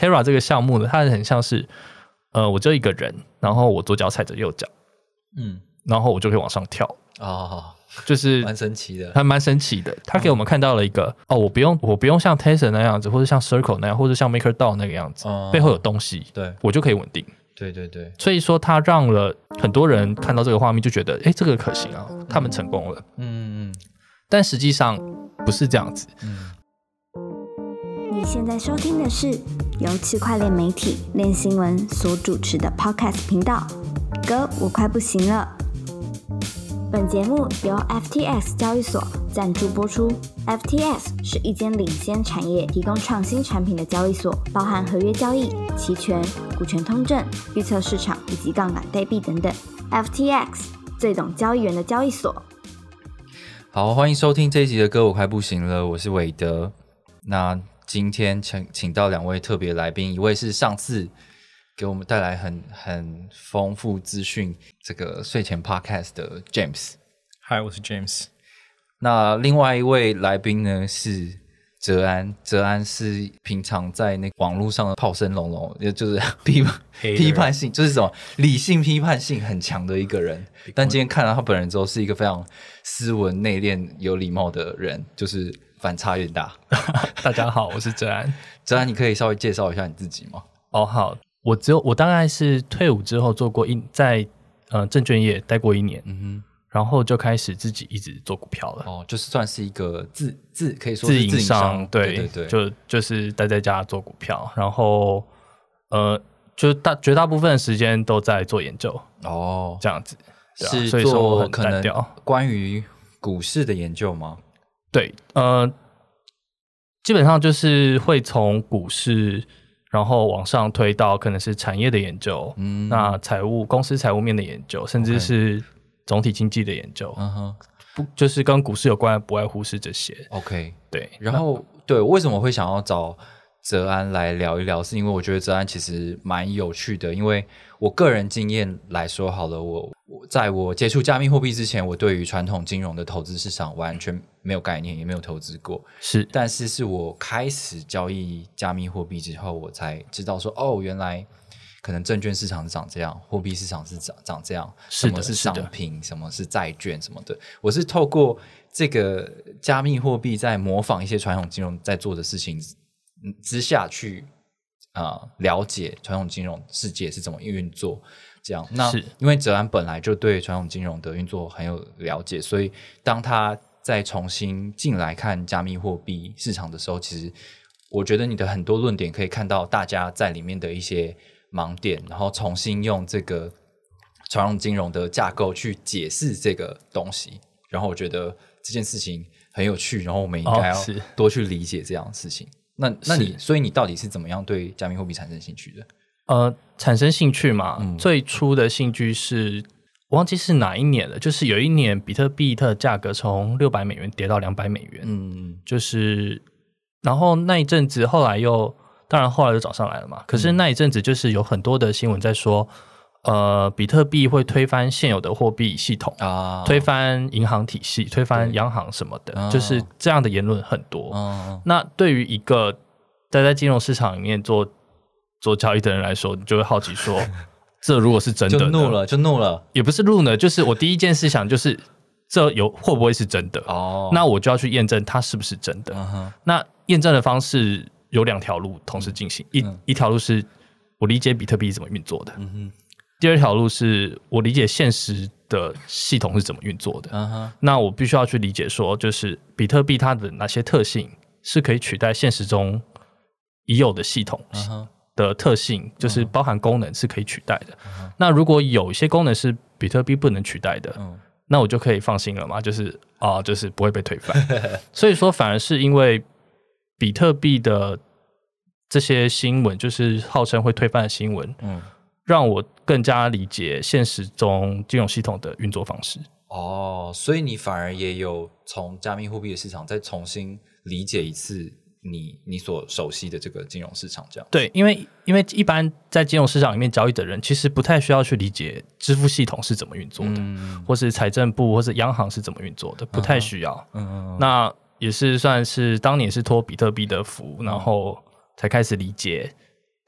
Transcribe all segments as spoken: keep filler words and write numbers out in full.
Terra 这个项目呢，它很像是呃，我就一个人，然后我左脚踩着右脚，嗯，然后我就可以往上跳哦， 就是蛮神奇的， 还蛮神奇的。他给我们看到了一个、嗯、哦，我不用我不用像 Tessor 那样子，或者像 Circle 那样，或者像 MakerDAO 那个样子、嗯，背后有东西，对，我就可以稳定。 对对对， 所以说他让了很多人看到这个画面就觉得，哎，这个可行啊，他们成功了。嗯嗯，但实际上不是这样子。嗯。 你现在收听的是由区块链媒体链新闻所主持的 Podcast 频道。哥，我快不行了。本节目由 F T X 交易所赞助播出。F T X 是一间领先产业提供创新产品的交易所，包含合约交易、期权、股权通证、预测市场以及杠杆代币等等。F T X 最懂交易员的交易所。 好，欢迎收听这一集的歌我快不行了，我是韦德。那今天请请到两位特别来宾，一位是上次给我们带来很很丰富资讯这个睡前 podcast 的 James。 嗨，我是 James。 那另外一位来宾呢是哲安。哲安是平常在那网络上的炮声隆隆，也就是批批判性，就是什么理性批判性很强的一个人，但今天看到他本人之后是一个非常斯文内敛有礼貌的人，就是反差有点大。 大家好，我是哲安。 哲安，你可以稍微介绍一下你自己吗？ 哦，好，我只有我大概是退伍之后做过一在呃证券业待过一年，嗯哼，然后就开始自己一直做股票了。 哦，就是算是一个自自可以说是自营商，对对对， 就就是待在家做股票，然后呃，就大绝大部分的时间都在做研究。哦，这样子、啊、 是所以说我很可能关于股市的研究吗？ 对，呃，基本上就是会从股市，然后往上推到可能是产业的研究，嗯，那财务公司财务面的研究，甚至是总体经济的研究，嗯哼，不就是跟股市有关的，不外乎是这些。 OK， 对。 然后对，为什么会想要找哲安来聊一聊？是因为我觉得哲安其实蛮有趣的，因为我个人经验来说好了，我我在我接触加密货币之前，我对于传统金融的投资市场完全没有概念，也没有投资过。是，但是是我开始交易加密货币之后，我才知道说，哦，原来可能证券市场是长这样，货币市场是长长这样，什么是商品，什么是债券什么的。我是透过这个加密货币在模仿一些传统金融在做的事情之下去呃了解传统金融世界是怎么运作。这样，那因为哲安本来就对传统金融的运作很有了解，所以当他再重新进来看加密货币市场的时候，其实我觉得你的很多论点可以看到大家在里面的一些盲点，然后重新用这个传统金融的架构去解释这个东西，然后我觉得这件事情很有趣，然后我们应该要多去理解这样的事情。哦、那那你所以你到底是怎么样对加密货币产生兴趣的？ 呃，产生兴趣嘛、嗯，最初的兴趣是我忘记是哪一年了，就是有一年比特币的价格从六百美元跌到两百美元，嗯，就是然后那一阵子后来又当然后来就涨上来了嘛，可是那一阵子就是有很多的新闻在说，呃，比特币会推翻现有的货币系统啊，推翻银行体系，推翻央行什么的，就是这样的言论很多。啊、那对于一个待在金融市场里面做做交易的人来说，你就会好奇说，这如果是真的， 就怒了，就怒了， 也不是怒呢，就是我第一件事想就是，这有会不会是真的？哦，那我就要去验证它是不是真的。Uh-huh. 那验证的方式有两条路同时进行，嗯、一、嗯、一条路是我理解比特币怎么运作的，嗯哼，第二条路是我理解现实的系统是怎么运作的。Uh-huh. 那我必须要去理解说，就是比特币它的哪些特性是可以取代现实中已有的系统。Uh-huh.的特性就是包含功能是可以取代的、嗯、那如果有一些功能是比特币不能取代的、嗯、那我就可以放心了嘛，就是啊、呃，就是不会被推翻所以说反而是因为比特币的这些新闻，就是号称会推翻的新闻、嗯、让我更加理解现实中金融系统的运作方式。 哦，所以你反而也有从加密货币的市场再重新理解一次你你所熟悉的这个金融市场，这样。 对，因为因为一般在金融市场里面交易的人，其实不太需要去理解支付系统是怎么运作的，嗯、或是财政部或是央行是怎么运作的，不太需要。嗯、那也是算是当年是托比特币的福，然后才开始理解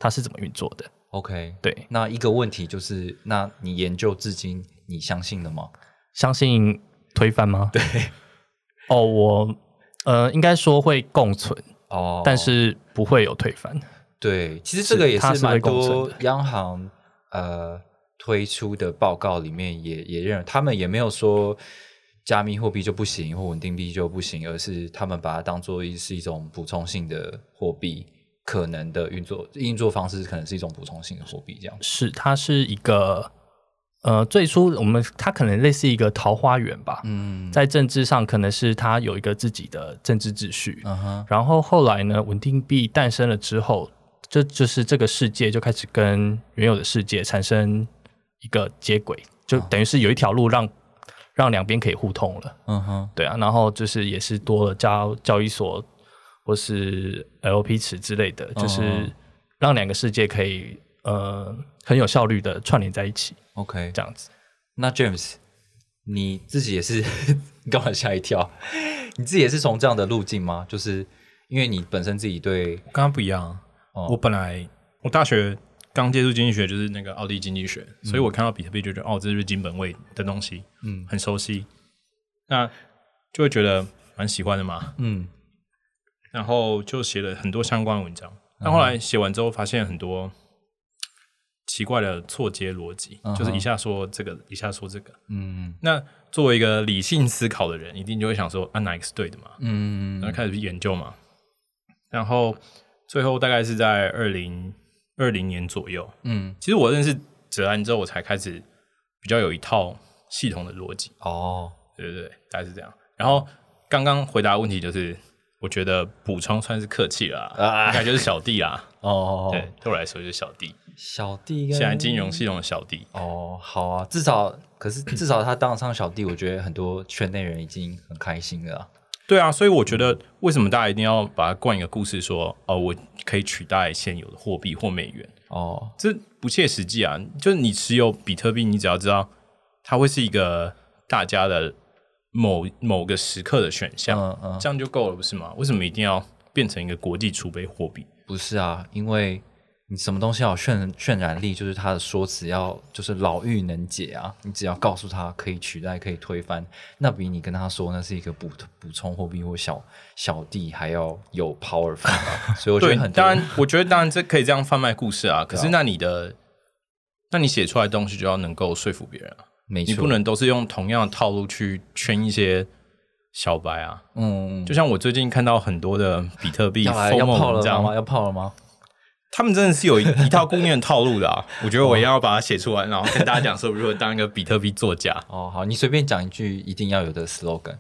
它是怎么运作的。 OK， 对。 那一个问题就是，那你研究至今，你相信了吗？ 相信推翻吗？ 对。 哦，我呃，应该说会共存哦，但是不会有推翻。 对，其实这个也是蛮多央行呃推出的报告里面也也认为，他们也没有说加密货币就不行或稳定币就不行，而是他们把它当作是一种补充性的货币。可能的运作运作方式可能是一种补充性的货币，这样是它是一个呃，最初我们它可能类似一个桃花源吧，嗯，在政治上可能是它有一个自己的政治秩序，嗯哼，然后后来呢，稳定币诞生了之后，就就是这个世界就开始跟原有的世界产生一个接轨，就等于是有一条路让让两边可以互通了，嗯哼，对啊，然后就是也是多了交交易所。或是 L P 池之类的，就是让两个世界可以呃很有效率的串联在一起。 OK， 这样子。 那 James， 你自己也是你干嘛吓一跳？你自己也是从这样的路径吗？就是因为你本身自己对跟他不一样、哦。我本来我大学刚接触经济学就是那个奥地经济学，嗯、所以我看到比特币就觉得哦，这是金本位的东西，嗯，很熟悉，那就会觉得蛮喜欢的嘛，嗯。然后就写了很多相关的文章，但后来写完之后发现很多奇怪的错接逻辑，嗯、就是一下说这个，一下说这个。嗯，那作为一个理性思考的人，一定就会想说，啊，哪一个是对的嘛？嗯，然后开始去研究嘛。然后最后大概是在二零二零年左右，嗯，其实我认识哲安之后，我才开始比较有一套系统的逻辑。哦，对对对，大概是这样。然后刚刚回答的问题就是。我觉得补充算是客气了啊，应该就是小弟啦。哦，对，对我来说就是小弟， 小弟现在金融系统的小弟。 哦，好啊，至少可是至少他当上小弟，我觉得很多圈内人已经很开心了、啊。 对啊，所以我觉得为什么大家一定要把它灌一个故事说，哦，我可以取代现有的货币或美元？哦，这不切实际啊！就是你持有比特币，你只要知道它会是一个大家的。某某个时刻的选项、嗯嗯，这样就够了，不是吗？为什么一定要变成一个国际储备货币？ 不是啊，因为你什么东西要有渲渲染力，就是它的说辞要就是老妪能解啊。你只要告诉他可以取代、可以推翻，那比你跟他说那是一个补补充货币或小小弟还要有 powerful 啊。所以我觉得很当然，我觉得当然这可以这样贩卖故事啊。可是那你的，那你写出来的东西就要能够说服别人啊。你不能都是用同样的套路去圈一些小白啊，嗯，就像我最近看到很多的比特币要泡了吗？要泡了吗？ 他们真的是有一, 一套固定的套路的啊！我觉得我要把它写出来，然后跟大家讲说如何当一个比特币作家。 哦，好，你随便讲一句一定要有的 slogan。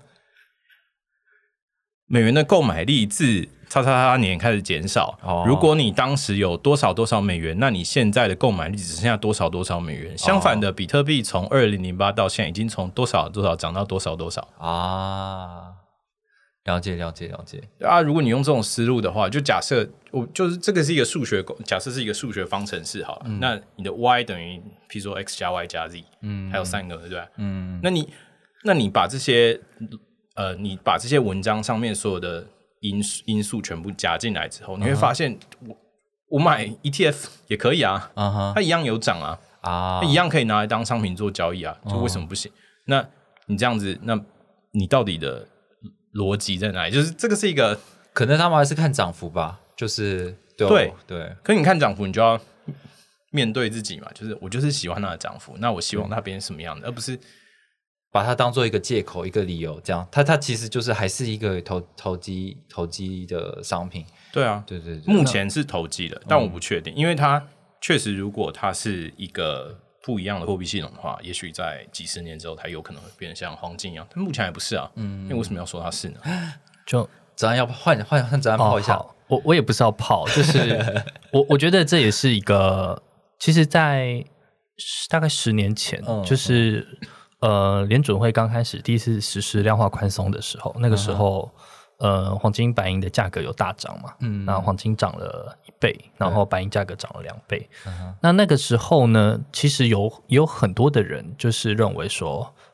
美元的购买力自叉叉叉年开始减少、哦。如果你当时有多少多少美元，那你现在的购买力只剩下多少多少美元。相反的，比特币从二零零八到现在已经从多少多少涨到多少多少啊！了解了解了解啊！如果你用这种思路的话，就假设我就是这个是一个数学，假设是一个数学方程式好了、嗯，那你的 y 等于，譬如说 x 加 y 加 z， 嗯，还有三个，对不对？嗯，那你那你把这些。呃，你把这些文章上面所有的因因素全部加进来之后，你会发现我我买 E T F 也可以啊， uh-huh. 它一样有涨啊，啊、uh-huh. 它一样可以拿来当商品做交易啊，就为什么不行？ uh-huh. 那你这样子，那你到底的逻辑在哪里？就是这个是一个， 可能他们还是看涨幅吧，就是对对对。 可是你看涨幅，你就要面对自己嘛，就是我就是喜欢它的涨幅，那我希望它变成什么样的，而不是。 把它当做一个借口、一个理由，这样，它它其实就是还是一个投投机投机的商品。 对啊， 对对对， 目前是投机的，但我不确定，嗯、因为它确实，如果它是一个不一样的货币系统的话，也许在几十年之后，它有可能会变得像黄金一样。但目前还不是啊，嗯，因为为什么要说它是呢？ 就怎样要换换换怎样泡一下？ 哦、我我也不是要泡，就是我我觉得这也是一个，其实，在大概十年前，嗯、就是。嗯呃，联准会刚开始第一次实施量化宽松的时候，那个时候，嗯、呃，黄金、白银的价格有大涨嘛，嗯，然后黄金涨了一倍，然后白银价格涨了两倍。嗯、那那个时候呢，其实有有很多的人就是认为说，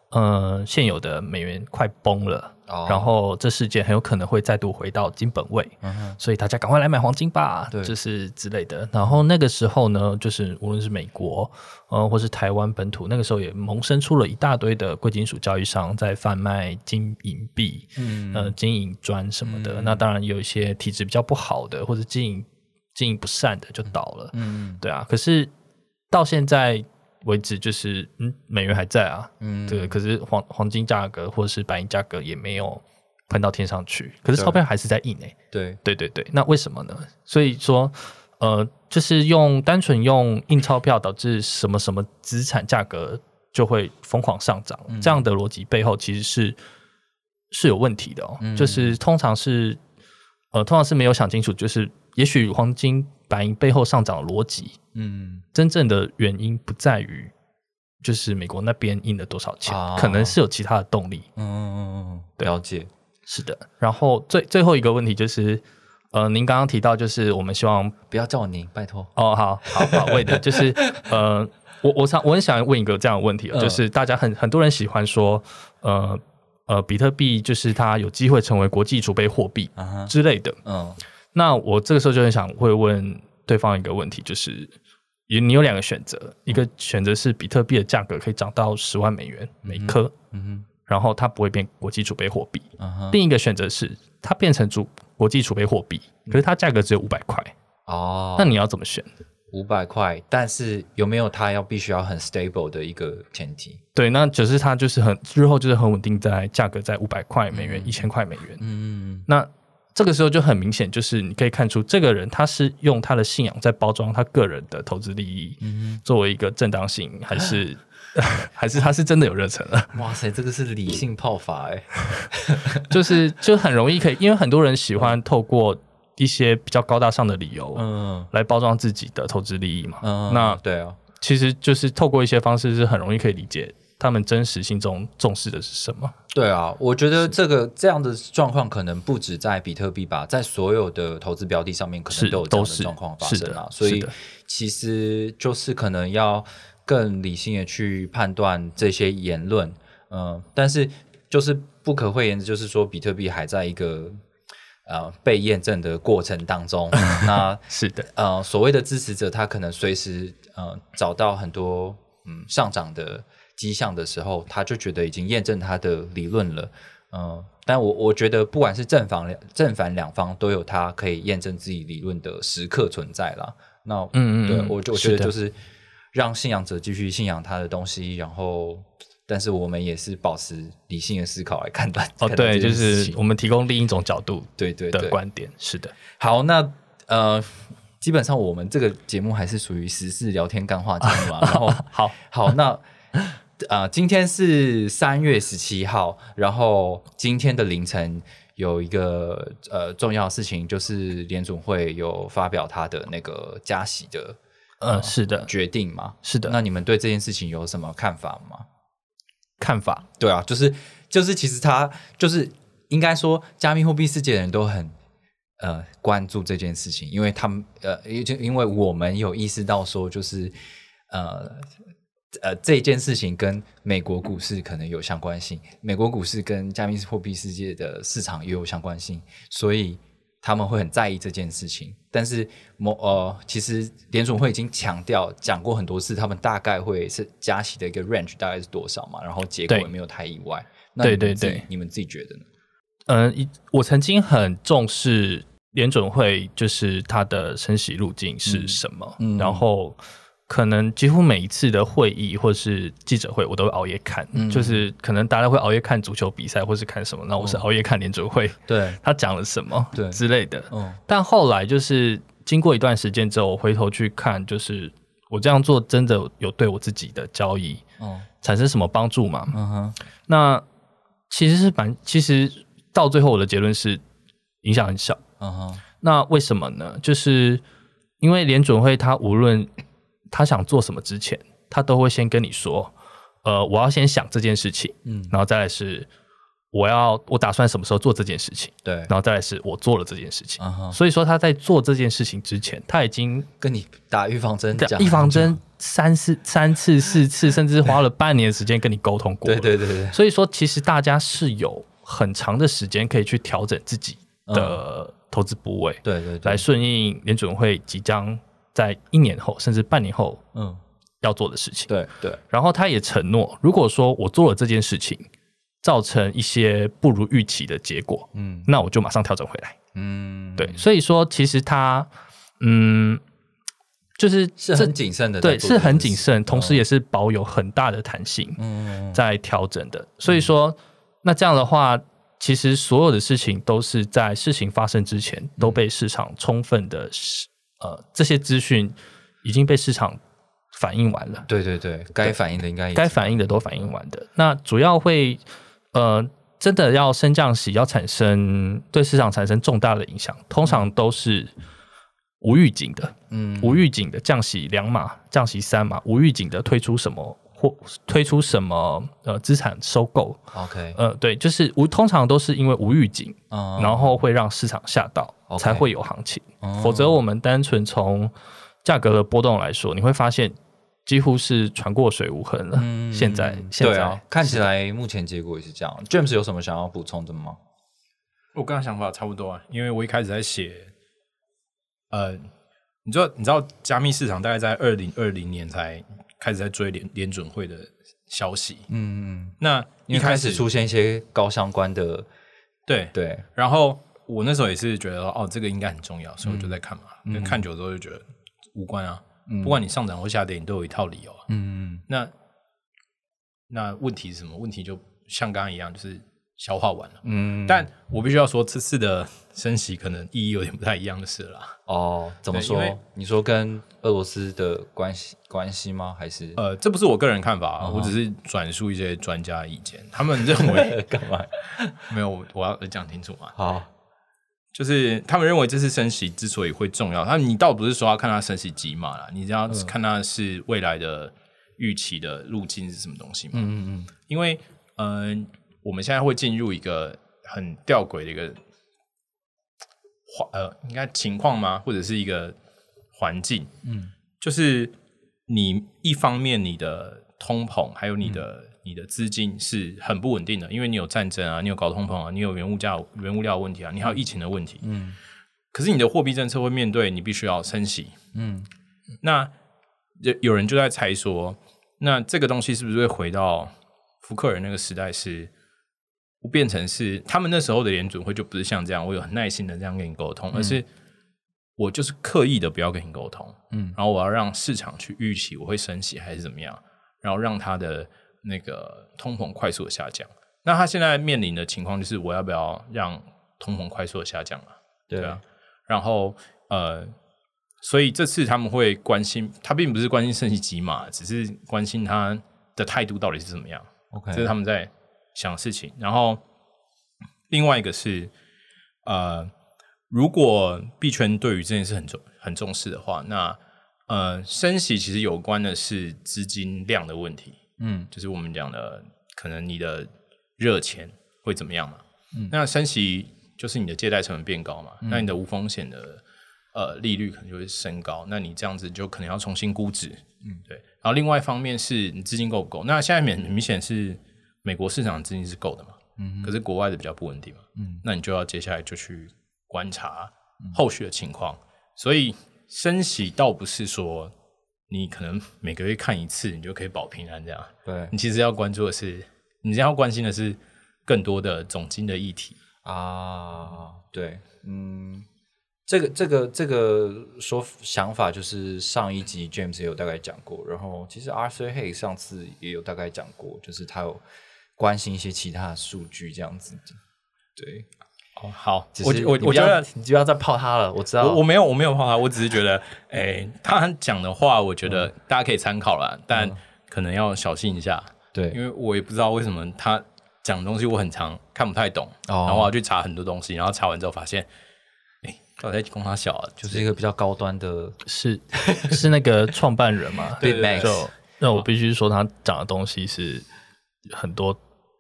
呃现有的美元快崩了。Oh. 然后这事件很有可能会再度回到金本位， uh-huh. 所以大家赶快来买黄金吧，就是之类的。然后那个时候呢，就是无论是美国呃或是台湾本土，那个时候也萌生出了一大堆的贵金属交易商在贩卖金银币、嗯、呃金银砖什么的、嗯、那当然有一些体质比较不好的或者经营经营不善的就倒了，嗯，对啊。可是到现在为止，就是嗯，美元还在啊，嗯，对，可是黄黄金价格或者是白银价格也没有喷到天上去，可是钞票还是在印诶、欸， 对， 对对对，那为什么呢？所以说，呃，就是用单纯用印钞票导致什么什么资产价格就会疯狂上涨、嗯，这样的逻辑背后其实是是有问题的哦，嗯、就是通常是呃，通常是没有想清楚，就是也许黄金、白银背后上涨的逻辑。嗯，真正的原因不在于就是美国那边印了多少钱、啊、可能是有其他的动力。 嗯，了解， 是的。然后最最后一个问题就是呃您刚刚提到就是我们希望不要叫我您，拜托。 哦，好好好，为的就是呃我我想我很想问一个这样的问题、嗯、就是大家很很多人喜欢说呃呃比特币就是它有机会成为国际储备货币之类的。嗯，那我这个时候就很想会问对方一个问题，就是你有两个选择，一个选择是比特币的价格可以涨到十万美元每颗、嗯嗯、然后它不会变国际储备货币、嗯、另一个选择是它变成主国际储备货币，可是它价格只有五百块、哦、那你要怎么选？ 五百块，但是有没有它要必须要很 stable 的一个前提？ 对，那只是它就是很日后就是很稳定在价格在五百块美元、一千块美元。嗯，那这个时候就很明显，就是你可以看出这个人他是用他的信仰在包装他个人的投资利益，嗯、作为一个正当性，还是还是他是真的有热忱了？ 哇塞，这个是理性泡法哎， 就是就很容易可以，因为很多人喜欢透过一些比较高大上的理由，嗯，来包装自己的投资利益嘛。嗯，那对啊， 其实就是透过一些方式是很容易可以理解他们真实心中重视的是什么。 对啊，我觉得这个这样的状况可能不止在比特币吧，在所有的投资标的上面可能都有这样的状况发生啊。所以其实就是可能要更理性的去判断这些言论，嗯，但是就是不可讳言的就是说比特币还在一个呃被验证的过程当中。那是的， 呃，所谓的支持者他可能随时呃找到很多嗯上涨的迹象的时候，他就觉得已经验证他的理论了。嗯，但我我觉得不管是正反正反两方都有他可以验证自己理论的时刻存在啦。那嗯嗯，对，我我觉得就是让信仰者继续信仰他的东西，然后但是我们也是保持理性的思考来看待。 哦，对，就是我们提供另一种角度对对的观点。是的。 好，那呃。基本上我们这个节目还是属于时事聊天干话节目啊。然后好好，那呃，今天是三月十七号，然后今天的凌晨有一个呃重要的事情，就是联准会有发表他的那个加息的呃、嗯、是的决定嘛？ 是的。 那你们对这件事情有什么看法吗？ 看法？对啊，就是就是其实他就是应该说，加密货币世界的人都很。呃，关注这件事情，因为他们呃，因为我们有意识到说，就是呃呃，这件事情跟美国股市可能有相关性，美国股市跟加密货币世界的市场也有相关性，所以他们会很在意这件事情。但是某呃，其实联准会已经强调讲过很多次，他们大概会是加息的一个 range 大概是多少嘛，然后结果也没有太意外。那你们对对对， 你们自己觉得呢？ 嗯、呃，我曾经很重视联准会，就是它的升息路径是什么、嗯嗯、然后可能几乎每一次的会议或是记者会我都会熬夜看、嗯、就是可能大家会熬夜看足球比赛或是看什么，那我是熬夜看联准会、哦、对他讲了什么对之类的、哦、但后来就是经过一段时间之后，我回头去看，就是我这样做真的有对我自己的交易、哦、产生什么帮助吗、嗯、哼那其实是蛮其实到最后我的结论是影响很小。Uh-huh. 那为什么呢？就是因为联准会他无论他想做什么之前，他都会先跟你说呃，我要先想这件事情、嗯、然后再来是我要我打算什么时候做这件事情， 对， 然后再来是我做了这件事情， uh-huh. 所以说他在做这件事情之前，他已经跟你打预防针， 预防针三次、三次、四次，甚至花了半年的时间跟你沟通过。 对对对对， 所以说其实大家是有很长的时间可以去调整自己的投资部位， 嗯、对, 对对， 来顺应联准会即将在一年后甚至半年后嗯要做的事情。 对对， 然后他也承诺，如果说我做了这件事情，造成一些不如预期的结果，嗯，那我就马上调整回来，嗯，对，所以说其实他，嗯，就是是很谨慎的， 对，是很谨慎，同时也是保有很大的弹性，嗯，在调整的。所以说，那这样的话，其实所有的事情都是在事情发生之前都被市场充分的，呃，这些资讯已经被市场反映完了。 对对对，该反映的应该该反映的都反映完的。那主要会。呃，真的要升降息，要产生对市场产生重大的影响，通常都是无预警的，嗯，无预警的降息两码、降息三码，无预警的推出什么或推出什么呃资产收购 ，OK， 呃，对，就是无通常都是因为无预警，嗯，然后会让市场吓到， okay, 才会有行情，嗯，否则我们单纯从价格的波动来说，你会发现。几乎是船过水无痕了。嗯、现在，现在、 对啊，看起来目前结果也是这样。James 有什么想要补充的吗？ 我跟他想法差不多啊，因为我一开始在写，呃，你知道，你知道，加密市场大概在二零二零年才开始在追联联准会的消息。嗯嗯。那一开始出现一些高相关的， 对对。 然后我那时候也是觉得，哦，这个应该很重要，所以我就在看嘛。嗯、看久之后就觉得无关啊。不管你上涨或下跌，你都有一套理由啊。嗯嗯。那那问题是什么？问题就像刚刚一样，就是消化完了。嗯。但我必须要说，这次的升息可能意义有点不太一样的事了。 哦，怎么说？你说跟俄罗斯的关系关系吗？还是？ 呃，这不是我个人看法啊， uh-huh. 我只是转述一些专家意见，他们认为干嘛？ 没有，我要讲清楚嘛。 好。 就是他们认为这次升息之所以会重要，他你倒不是说要看它升息几码啦，你只要看它是未来的预期的路径是什么东西嘛。嗯嗯嗯。因为呃，我们现在会进入一个很吊诡的一个呃，应该情况吗？或者是一个环境？嗯，就是你一方面你的通膨还有你的、嗯。你的资金是很不稳定的，因为你有战争啊，你有高通膨啊，你有原物价、原物料的问题啊，你还有疫情的问题。嗯，可是你的货币政策会面对你必须要升息。嗯，那有人就在猜说，那这个东西是不是会回到福克尔那个时代是，是变成是他们那时候的联准会就不是像这样，我有很耐心的这样跟你沟通，嗯、而是我就是刻意的不要跟你沟通。嗯，然后我要让市场去预期我会升息还是怎么样，然后让他的。那个通膨快速的下降，那他现在面临的情况就是我要不要让通膨快速的下降嘛？ 对, 对啊，然后呃，所以这次他们会关心，他并不是关心升息几码，只是关心他的态度到底是怎么样。 OK， 这是他们在想的事情。然后另外一个是呃，如果币圈对于这件事很重很重视的话，那呃，升息其实有关的是资金量的问题。嗯，就是我们讲的，可能你的热钱会怎么样嘛？嗯，那升息就是你的借贷成本变高嘛，嗯、那你的无风险的呃利率可能就会升高，那你这样子就可能要重新估值。嗯，对。然后另外一方面是你资金够不够？那现在很明显是美国市场的资金是够的嘛，嗯，可是国外的比较不稳定嘛，嗯，那你就要接下来就去观察后续的情况。嗯、所以升息倒不是说。你可能每个月看一次，你就可以保平安这样。 对， 你其实要关注的是，你要关心的是更多的总经的议题啊。对，嗯，这个这个这个说想法就是上一集 James 也有大概讲过，然后其实 Arthur Hay 上次也有大概讲过，就是他有关心一些其他的数据这样子。对。 哦，好， 我我我觉得你就要再泡他了，我知道， 我我没有我没有泡他，我只是觉得，哎、欸，他讲的话，我觉得大家可以参考啦，嗯、但可能要小心一下， 对， 因为我也不知道为什么他讲的东西我很常看不太懂，哦、然后我要去查很多东西，然后查完之后发现，哎、欸，到底在供他小啊， 就是一个比较高端的， 是是那个创办人嘛， 对， 就那我必须说他讲的东西是很多。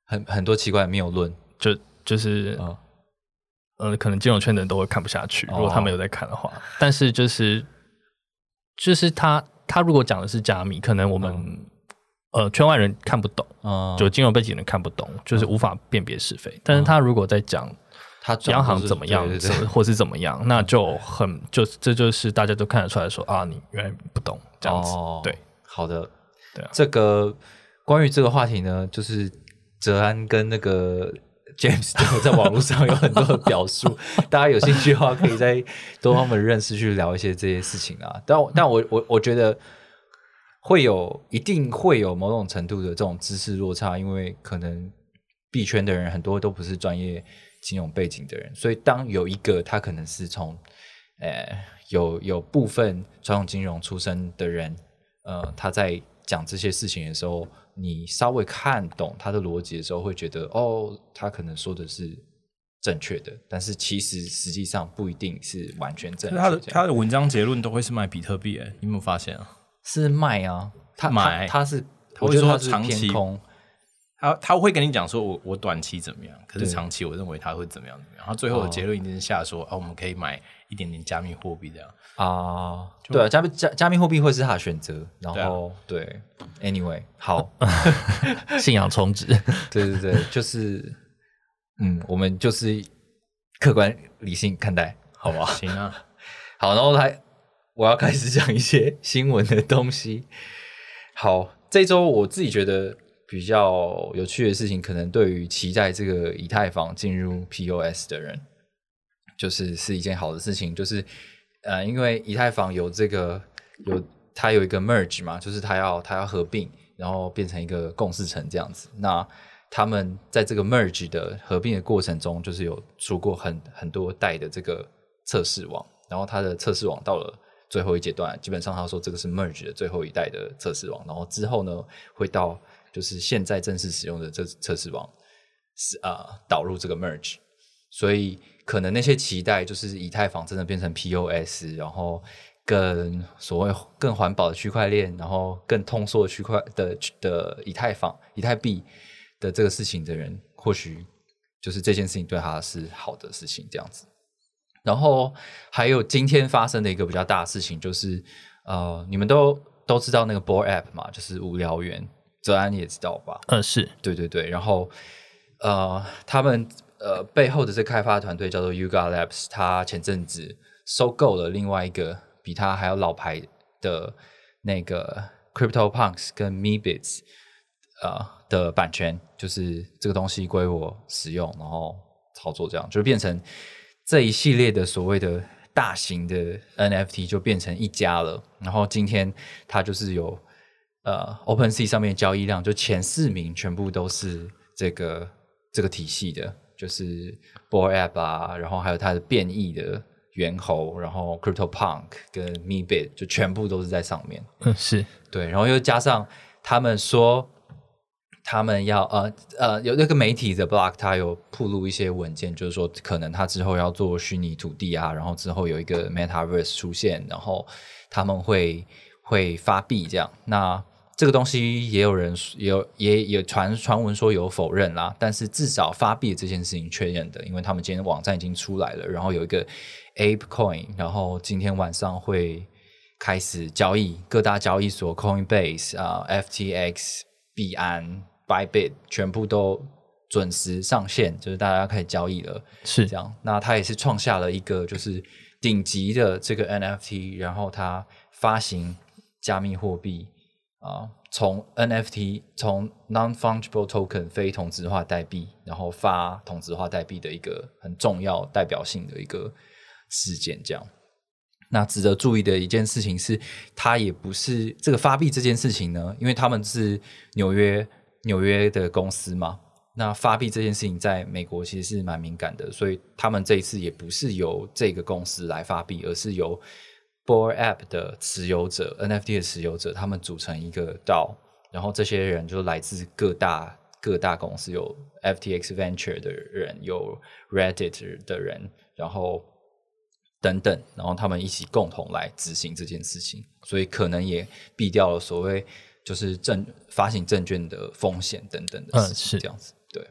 很很多奇怪的谬论， 就就是、哦、呃，可能金融圈的人都会看不下去，如果他们有在看的话。哦、但是就是就是他他如果讲的是加密，可能我们、嗯、呃圈外人看不懂，哦、就金融背景人看不懂，就是无法辨别是非。哦、但是他如果在讲他央行怎么样，对对对或是怎么样，那就很就这就是大家都看得出来说啊，你原来不懂这样子。哦、对， 好的， 对啊， 这个关于这个话题呢，就是哲安跟那个 James 都在网络上有很多的表述，大家有兴趣的话，可以再多他们认识去聊一些这些事情啊。但但我我我觉得会有一定会有某种程度的这种知识落差，因为可能币圈的人很多都不是专业金融背景的人，所以当有一个他可能是从呃有有部分传统金融出身的人，呃他在讲这些事情的时候，你稍微看懂他的逻辑的时候，会觉得哦，他可能说的是正确的，但是其实实际上不一定是完全正确的。 他的他的文章结论都会是卖比特币，哎，你有没有发现啊？ 是卖啊，他买， 他, 他是， 他会说他是偏空。 他他会跟你讲说我我短期怎么样，可是长期我认为他会怎么样怎么样，他最后的结论一定是下说、哦、啊，我们可以买一点点加密货币这样啊，对啊，加密加加密货币会是他的选择，然后对,、啊、对 ，anyway， 好， 信仰充值， 对对对，就是嗯，我们就是客观理性看待，好不好？ 行啊， 好，然后来我要开始讲一些新闻的东西。好，这周我自己觉得比较有趣的事情，可能对于期待这个以太坊进入 P O S 的人，就是是一件好的事情。就是呃，因为以太坊有这个有它有一个 merge 嘛，就是它要它要合并，然后变成一个共识层这样子。那他们在这个 merge 的合并的过程中，就是有出过很很多代的这个测试网，然后它的测试网到了最后一阶段，基本上他说这个是 merge 的最后一代的测试网，然后之后呢会到就是现在正式使用的这测试网是啊、呃、导入这个 merge， 所以可能那些期待就是以太坊真的变成 P O S， 然后更所谓更环保的区块链，然后更通缩的区块的的以太坊以太币的这个事情的人，或许就是这件事情对他是好的事情这样子。然后还有今天发生的一个比较大的事情，就是呃，你们都都知道那个 Bored App 嘛，就是无聊猿，哲安你也知道吧？ 嗯，是， 对对对。然后呃，他们呃背后的这个开发团队叫做 Yuga Labs， 他前阵子收购了另外一个比他还要老牌的那个 CryptoPunks 跟 Meebits 呃的版权，就是这个东西归我使用，然后操作，这样就变成这一系列的所谓的大型的 N F T 就变成一家了。然后今天它就是有呃 OpenSea 上面交易量就前四名全部都是这个这个体系的，就是 Bored App 啊，然后还有它的变异的猿猴，然后 CryptoPunk 跟 Meebit 就全部都是在上面。 嗯，是， 对，然后又加上他们说他们要呃呃有那个媒体的 blog， 他有曝露一些文件，就是说可能他之后要做虚拟土地啊，然后之后有一个 Metaverse 出现，然后他们会会发币这样。那这个东西也有人也有也也传传闻说有否认啦，但是至少发币这件事情确认的，因为他们今天网站已经出来了，然后有一个 ApeCoin， 然后今天晚上会开始交易，各大交易所 Coinbase 啊、呃、F T X、币安、Bybit 全部都准时上线，就是大家可以交易了， 是这样。那它也是创下了一个就是顶级的这个 N F T， 然后它发行加密货币啊、呃，从 N F T 从 Non-Fungible Token 非同质化代币，然后发同质化代币的一个很重要代表性的一个事件，这样。那值得注意的一件事情是，它也不是这个发币这件事情呢，因为他们是纽约纽约的公司嘛，那发币这件事情在美国其实是蛮敏感的，所以他们这一次也不是由这个公司来发币，而是由 Bored App 的持有者 N F T 的持有者，他们组成一个 D A O， 然后这些人就来自各大各大公司，有 F T X Venture 的人，有 Reddit 的人，然后等等，然后他们一起共同来执行这件事情，所以可能也避掉了所谓就是证发行证券的风险等等的事情，这样子。对，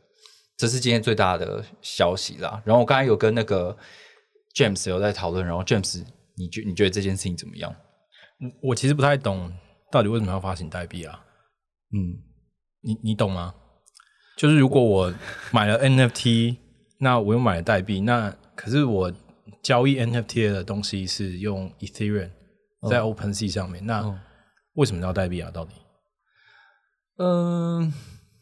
这是今天最大的消息啦。然后我刚才有跟那个 James 有在讨论，然后 James 你觉你觉得这件事情怎么样？ 我其实不太懂到底为什么要发行代币啊。嗯，你你懂吗？就是如果我买了 N F T， 那我又买了代币，那可是我交易 N F T 的东西是用 Ethereum 在 OpenSea 上面，哦、那为什么要代币啊？到底？ 嗯，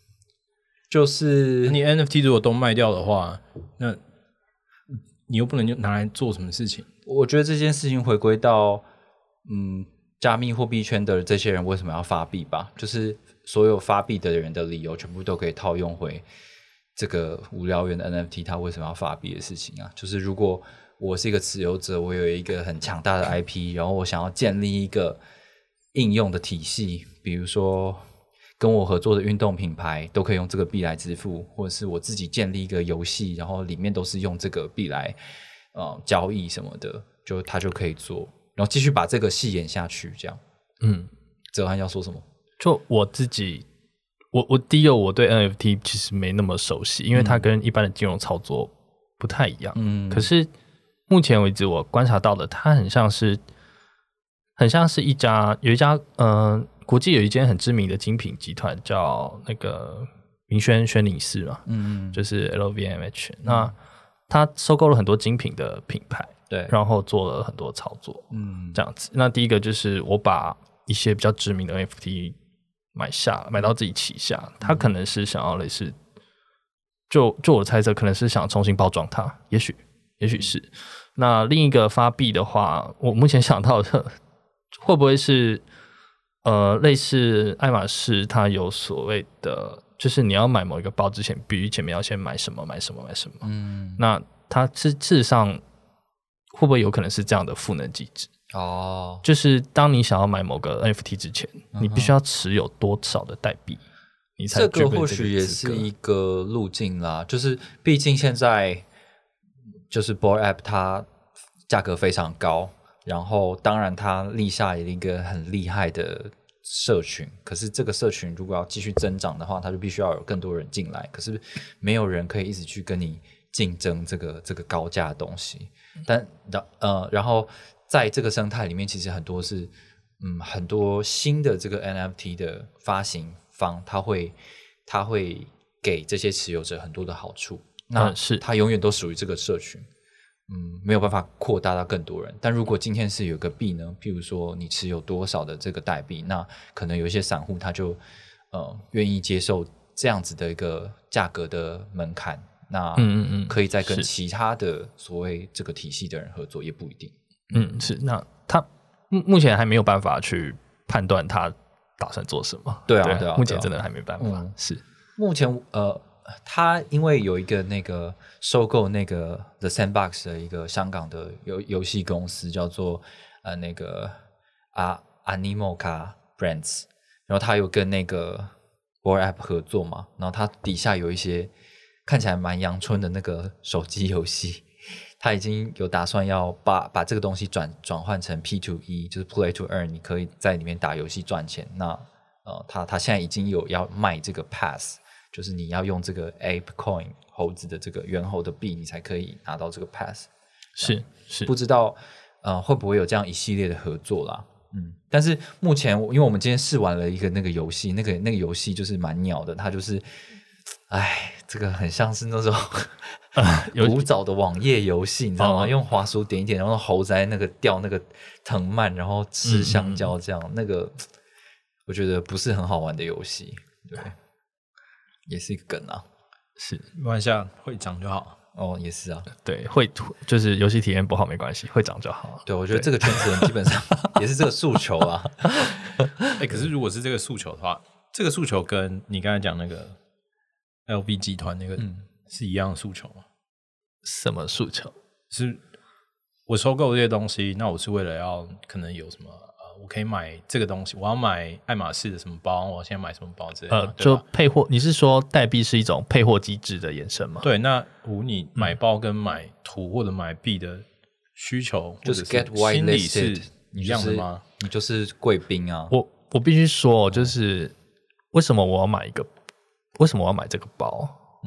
就是你 N F T 如果都卖掉的话，那你又不能拿来做什么事情？ 我觉得这件事情回归到嗯，加密货币圈的这些人为什么要发币吧？就是所有发币的人的理由全部都可以套用回这个无聊猿的 N F T 它为什么要发币的事情啊。就是如果我是一个持有者，我有一个很强大的 I P， 然后我想要建立一个应用的体系，比如说跟我合作的运动品牌都可以用这个币来支付，或者是我自己建立一个游戏，然后里面都是用这个币来、呃、交易什么的，就他就可以做，然后继续把这个戏演下去这样。嗯，哲翰要说什么？ 就我自己我我第一个我对 N F T 其实没那么熟悉，因为它跟一般的金融操作不太一样。嗯，可是目前为止我观察到的，它很像是很像是一家有一家呃国际有一间很知名的精品集团叫那个明轩轩宁士嘛，嗯，就是 L V M H、嗯。那它收购了很多精品的品牌， 对， 然后做了很多操作，嗯，这样子。那第一个就是我把一些比较知名的 N F T 买下，买到自己旗下，他可能是想要类似，就就我的猜测，可能是想重新包装它，也许，也许是。那另一个发币的话，我目前想到的会不会是呃类似爱马仕，它有所谓的，就是你要买某一个包之前，必须前面要先买什么买什么买什么。嗯，那它是事实上会不会有可能是这样的赋能机制？哦，就是当你想要买某个 N F T 之前，嗯、你必须要持有多少的代币，你才具备这个资格。 这个或许也是一个路径啦，就是毕竟现在就是 Bored Ape 它价格非常高，然后当然它立下了一个很厉害的社群，可是这个社群如果要继续增长的话，它就必须要有更多人进来，可是没有人可以一直去跟你竞争这个这个高价的东西。但呃，然后在这个生态里面，其实很多是嗯很多新的这个 N F T 的发行方，他会他会给这些持有者很多的好处，那是他永远都属于这个社群，嗯，没有办法扩大到更多人。但如果今天是有个币呢，譬如说你持有多少的这个代币，那可能有一些散户他就呃愿意接受这样子的一个价格的门槛。那嗯嗯嗯，可以再跟其他的所谓这个体系的人合作，也不一定。 嗯，是。那他目前还没有办法去判断他打算做什么。 对啊，对, 对啊， 目前真的还没办法。嗯、是。 目前呃，他因为有一个那个收购那个 The Sandbox 的一个香港的游游戏公司，叫做呃那个啊 Animoca Brands， 然后他有跟那个 Bored Ape 合作嘛，然后他底下有一些看起来蛮阳春的那个手机游戏，他已经有打算要把把这个东西转转换成 P to E， 就是 Play to Earn， 你可以在里面打游戏赚钱。那呃，他他现在已经有要卖这个 Pass， 就是你要用这个 Ape Coin 猴子的这个猿猴的币，你才可以拿到这个 Pass。 是是， 不知道呃会不会有这样一系列的合作啦？嗯，但是目前因为我们今天试玩了一个那个游戏，那个那个游戏就是蛮鸟的，它就是。哎，这个很像是那种古早的网页游戏，你知道吗？哦、用滑鼠点一点，然后猴在那个掉那个藤蔓，然后吃香蕉，这样、嗯、那个我觉得不是很好玩的游戏，对，也是一个梗啊。 是， 没关系啊，会长就好。 哦，也是啊， 对，会就是游戏体验不好没关系，会长就好。 对，我觉得这个圈子人基本上也是这个诉求啊。 哎、欸，可是如果是这个诉求的话，这个诉求跟你刚才讲那个。L V 集团那个是一样的诉求吗？ 什么诉求？ 是我收购这些东西，那我是为了要可能有什么呃，我可以买这个东西，我要买爱马仕的什么包，我现在买什么包之类的。呃， 就配货，你是说代币是一种配货机制的延伸吗？ 对，那如你买包跟买图或者买币的需求， 就是 get whitelisted 一样的吗？ 你就是贵宾啊！ 我我必须说，就是为什么我要买一个？为什么我要买这个包？嗯，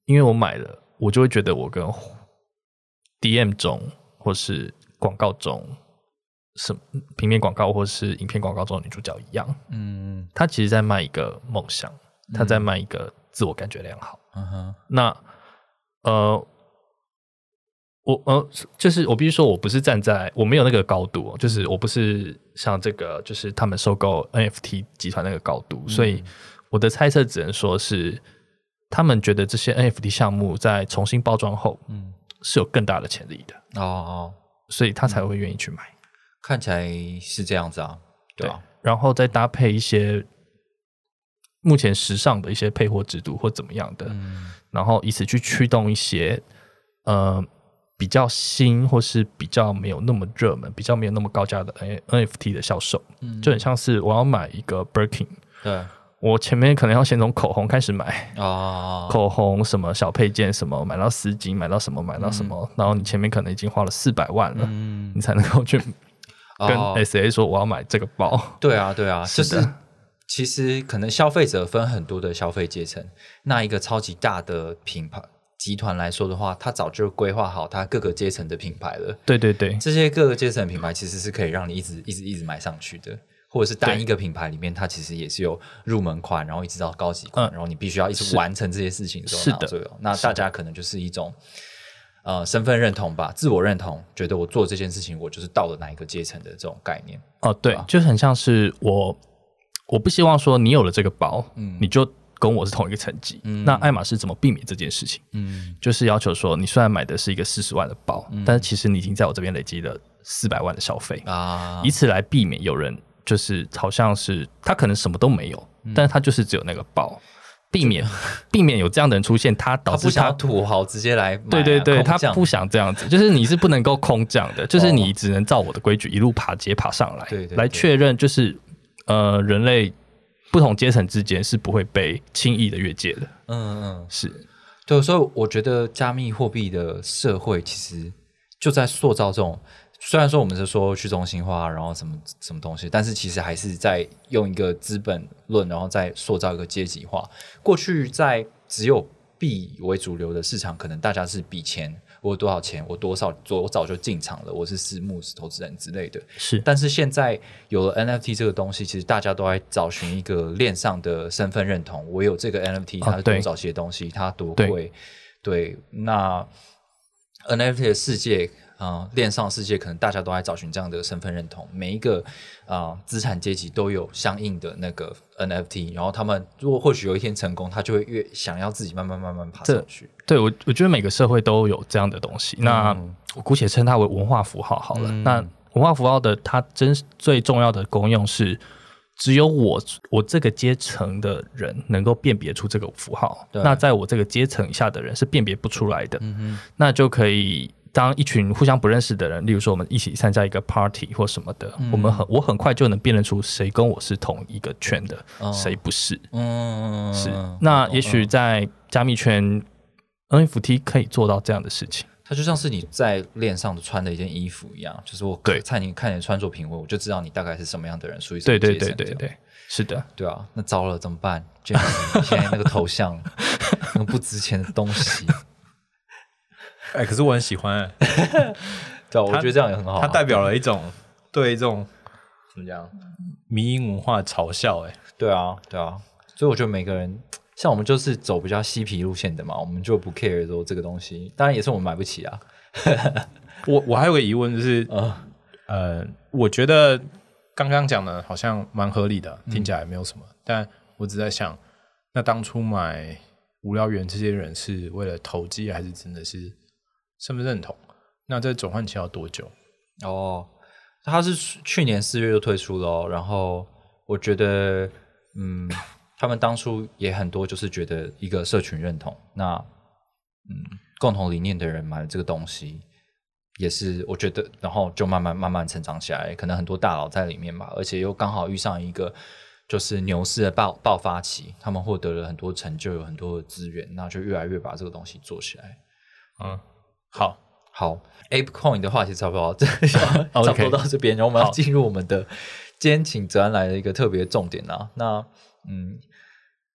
因为我买了，我就会觉得我跟 D M 中或是广告中什么平面广告或是影片广告中的女主角一样，嗯，她其实在卖一个梦想，她在卖一个自我感觉良好。嗯哼，那呃，我呃，就是我必须说，我不是站在我没有那个高度，就是我不是像这个，就是他们收购 N F T 集团那个高度，嗯、所以我的猜测只能说是他们觉得这些 N F T 项目在重新包装后，嗯，是有更大的潜力的哦哦，所以他才会愿意去买。嗯看起来是这样子啊，对啊， 然后再搭配一些目前时尚的一些配货制度或怎么样的，嗯、然后以此去驱动一些呃比较新或是比较没有那么热门、比较没有那么高价的 N F T 的销售，嗯、就很像是我要买一个 Birkin， 对。我前面可能要先从口红开始买哦，口红什么小配件什么，买到丝巾，买到什么买到什么，嗯、然后你前面可能已经花了四百万了，嗯、你才能够去跟 S A 说我要买这个包。哦、 对啊，对啊，是就是其实可能消费者分很多的消费阶层，那一个超级大的品牌集团来说的话，它早就规划好它各个阶层的品牌了。 对对对， 这些各个阶层的品牌其实是可以让你一直一直一直买上去的。或者是单一个品牌里面，它其实也是有入门款，然后一直到高级款，嗯、然后你必须要一直完成这些事情的时候拿最有。那大家可能就是一种呃身份认同吧，自我认同，觉得我做这件事情，我就是到了哪一个阶层的这种概念。 哦，对，对就是很像是我，我不希望说你有了这个包，嗯、你就跟我是同一个层级。嗯、那爱马仕怎么避免这件事情？嗯，就是要求说，你虽然买的是一个四十万的包，嗯、但是其实你已经在我这边累积了四百万的消费啊，以此来避免有人。就是好像是他可能什么都没有，嗯、但是他就是只有那个包，避免避免有这样的人出现，他导致 他, 他不想土豪直接来买、啊， 对对对，他不想这样子，就是你是不能够空降的，就是你只能照我的规矩一路爬阶爬上来，对对对来确认就是呃人类不同阶层之间是不会被轻易的越界的，嗯嗯，是对，所以我觉得加密货币的社会其实就在塑造这种。虽然说我们是说去中心化，然后什么什么东西，但是其实还是在用一个资本论，然后再塑造一个阶级化。过去在只有币为主流的市场，可能大家是比钱，我有多少钱，我多少，我早就进场了，我是私募投资人之类的。 是， 但是现在有了 N F T 这个东西，其实大家都在找寻一个链上的身份认同。我有这个 N F T， 它是多早期的东西，它多贵？对，对，那 N F T 的世界。嗯，链上世界可能大家都在找寻这样的身份认同，每一个啊、呃、资产阶级都有相应的那个 N F T， 然后他们如果或许有一天成功，他就会越想要自己慢慢慢慢爬上去。 对，我我觉得每个社会都有这样的东西，嗯、那我姑且称它为文化符号好了。嗯、那文化符号的它真最重要的功用是，只有我我这个阶层的人能够辨别出这个符号，那在我这个阶层以下的人是辨别不出来的，嗯、那就可以。当一群互相不认识的人，例如说我们一起参加一个 party 或什么的，嗯、我们很我很快就能辨认出谁跟我是同一个圈的，哦、谁不是。嗯，是。那也许在加密圈 ，N F T 可以做到这样的事情。 它就像是你在链上穿的一件衣服一样，就是我看你看你的穿着品味，我就知道你大概是什么样的人，属于什么阶层。对对对对对， 是的， 对啊。那糟了怎么办 ？James， 你现在那个头像，那个不值钱的东西。 哎，可是我很喜欢、欸， 对、啊，我觉得这样也很好、啊。 它代表了一种对这种怎么讲迷因文化的嘲笑、欸，哎， 对啊，对啊。所以我觉得每个人，像我们就是走比较嬉皮路线的嘛，我们就不 care 说这个东西，当然也是我们买不起啊。 我我还有个疑问就是，呃，呃我觉得刚刚讲的好像蛮合理的，听起来没有什么，嗯、但我只在想，那当初买无聊猿这些人是为了投机，还是真的是？身份认同，那这转换期要多久？ 哦，他是去年四月就推出了、哦，然后我觉得，嗯，他们当初也很多就是觉得一个社群认同，那嗯，共同理念的人买了这个东西，也是我觉得，然后就慢慢慢慢成长起来，可能很多大佬在里面吧，而且又刚好遇上一个就是牛市的爆爆发期，他们获得了很多成就，有很多的资源，那就越来越把这个东西做起来， 嗯。好好 ，ApeCoin 的话题差不多，差不多到这边，然后我们要进入我们的今天请哲安来的一个特别重点啊。那嗯，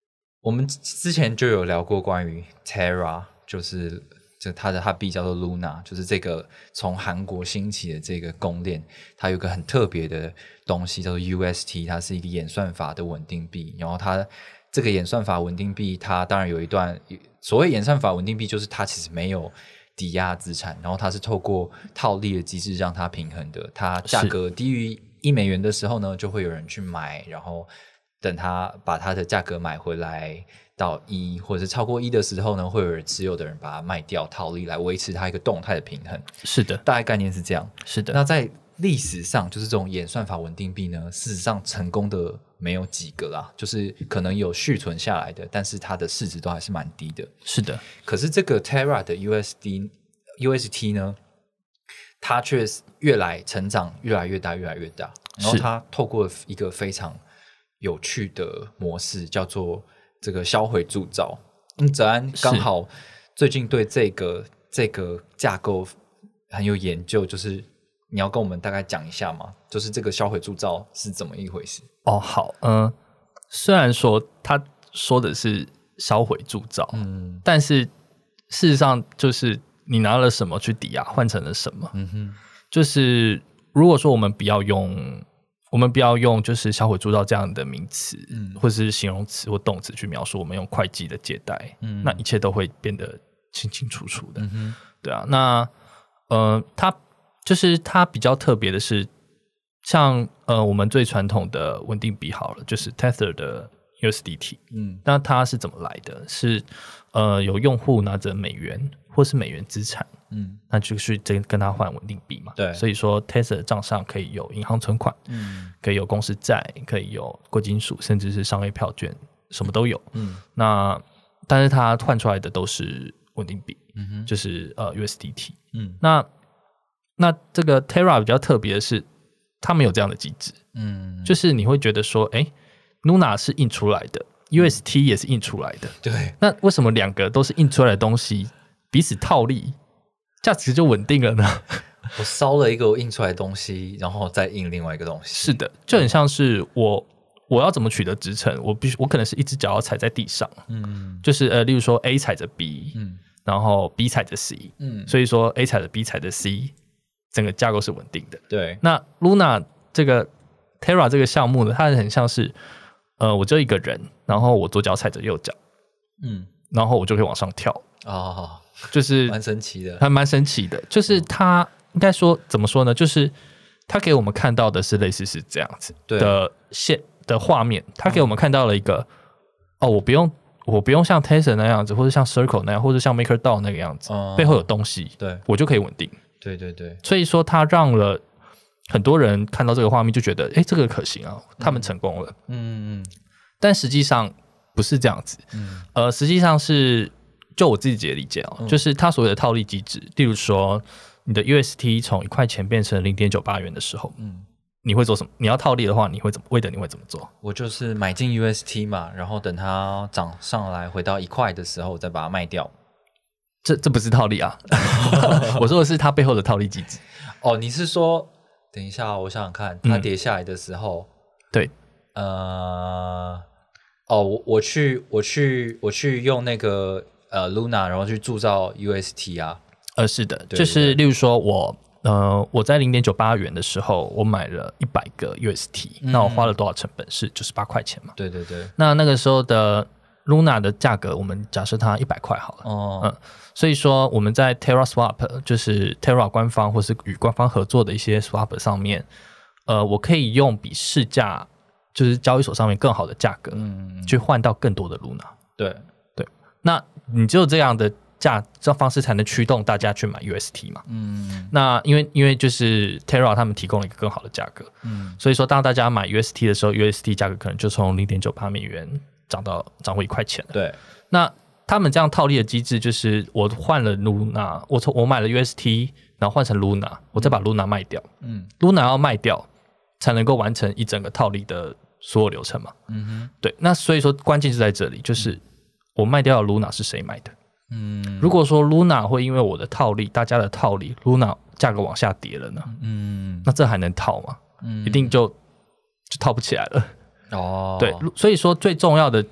我们之前就有聊过关于 Terra， 就是这它的它币叫做 Luna， 就是这个从韩国兴起的这个公链，它有一个很特别的东西叫做 U S T， 它是一个演算法的稳定币。然后它这个演算法稳定币，它当然有一段所谓演算法稳定币，就是它其实没有抵押资产，然后它是透过套利的机制让它平衡的。它价格低于一美元的时候呢，就会有人去买，然后等它把它的价格买回来到一，或者是超过一的时候呢，会有人持有的人把它卖掉套利，来维持它一个动态的平衡。 是的， 大概概念是这样。 是的。 那在历史上，就是这种演算法稳定币呢，事实上成功的没有几个啦，就是可能有续存下来的，但是它的市值都还是蛮低的。 是的。 可是这个 Terra 的 U S D U S T 呢，它却越来成长越来越大越来越大，然后它透过一个非常有趣的模式叫做这个销毁铸造。嗯，哲安刚好最近对这个这个架构很有研究，就是你要跟我们大概讲一下吗？就是这个销毁铸造是怎么一回事？ 哦，好，嗯、呃，虽然说他说的是销毁铸造，嗯，但是事实上就是你拿了什么去抵押，换成了什么？嗯哼，就是如果说我们不要用，我们不要用就是销毁铸造这样的名词，嗯，或是形容词或动词去描述，我们用会计的借贷，嗯，那一切都会变得清清楚楚的，嗯哼，对啊，那呃，它就是它比较特别的是，像呃我们最传统的稳定币好了，就是 Tether 的 U S D T， 嗯，那它是怎么来的？是呃有用户拿着美元或是美元资产，嗯，那就是跟跟他换稳定币嘛， 对， 所以说 Tether 的账上可以有银行存款，嗯，可以有公司债，可以有贵金属，甚至是商业票券，什么都有，嗯，那但是它换出来的都是稳定币，嗯哼，就是呃 U S D T， 嗯，那那这个 Terra 比较特别的是，它没有这样的机制，嗯，就是你会觉得说，哎 ，Luna 是印出来的 ，U S T 也是印出来的， 对， 那为什么两个都是印出来的东西，彼此套利，价值就稳定了呢？ 我烧了一个我印出来的东西，然后再印另外一个东西， 是的，就很像是我我要怎么取得支撑，我必须我可能是一只脚要踩在地上，嗯，就是呃，例如说 A 踩着 B， 嗯，然后 B 踩着 C， 嗯，所以说 A 踩着 B 踩着 C。整个架构是稳定的， 对。 那 Luna 这个 Terra 这个项目呢，它很像是，呃，我就一个人，然后我左脚踩着右脚，嗯，然后我就可以往上跳，哦，就是蛮神奇的， 还蛮神奇的。就是它应该说怎么说呢？就是它给我们看到的是类似是这样子的线的画面，它给我们看到了一个，哦，我不用。我不用像 Tether 那样子，或者像 Circle 那样，或者像 MakerDAO 那个样子，哦，背后有东西， 对， 我就可以稳定。 对对对， 所以说它让了很多人看到这个画面就觉得，哎，这个可行啊，他们成功了。嗯嗯，但实际上不是这样子。嗯，呃，实际上是就我自己的理解哦，嗯，就是它所谓的套利机制，例如说你的 U S T 从一块钱变成 零点九八元的时候，嗯，你会做什么？你要套利的话，你会怎么？魏德你会怎么做？ 我就是买进 U S T 嘛，然后等它涨上来回到一块的时候，再把它卖掉。 这这不是套利啊！我说的是它背后的套利机制。 哦，你是说，等一下，我想想看，它跌下来的时候，嗯， 对， 呃，哦，我我去我去我去用那个呃 Luna， 然后去铸造 U S T 啊。 呃，是的，就是例如说我呃我在零点九八元的时候，我买了一百个 U S T，嗯，那我花了多少成本？是九十八块钱嘛？ 对对对。 那那个时候的 Luna 的价格，我们假设它一百块好了，哦，嗯，所以说我们在 Terra Swap， 就是 Terra 官方或是与官方合作的一些 Swap 上面，呃，我可以用比市价就是交易所上面更好的价格，嗯，去换到更多的 Luna。 对对，那你只有这样的价这方式才能驱动大家去买 U S T 嘛。嗯，那因为因为就是 Terra 他们提供了一个更好的价格，嗯，所以说当大家买 U S T 的时候 ，U S T 价格可能就从 零点九八美元涨到涨回一块钱了。 对， 那他们这样套利的机制就是我换了 Luna， 我从我买了 U S T， 然后换成 Luna， 我再把 Luna 卖掉，嗯 ，Luna 要卖掉才能够完成一整个套利的所有流程嘛。嗯哼，对，那所以说关键就在这里，就是我卖掉的 Luna 是谁买的？嗯，如果说 Luna 会因为我的套利，大家的套利 ，Luna 价格往下跌了呢，嗯，那这还能套吗？嗯，一定就就套不起来了。哦，对，所以说最重要的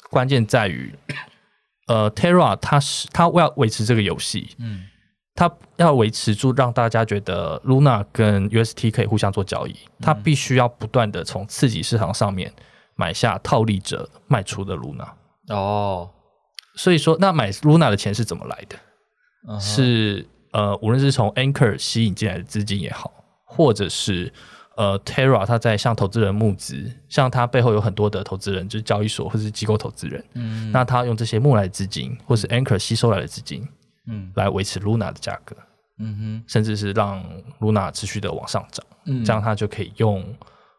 关键在于，呃 ，Terra 它是它要维持这个游戏，嗯，它要维持住让大家觉得 Luna 跟 U S T 可以互相做交易，嗯、它必须要不断的从次级市场上面买下套利者卖出的 Luna。哦，所以说，那买 Luna 的钱是怎么来的？Uh-huh. 是呃，无论是从 Anchor 吸引进来的资金也好，或者是呃 Terra 它在向投资人募资，像它背后有很多的投资人，就是交易所或是机构投资人，嗯，那他用这些募来的资金，或是 Anchor 吸收来的资金，嗯，来维持 Luna 的价格，嗯哼，甚至是让 Luna 持续的往上涨，嗯，这样他就可以用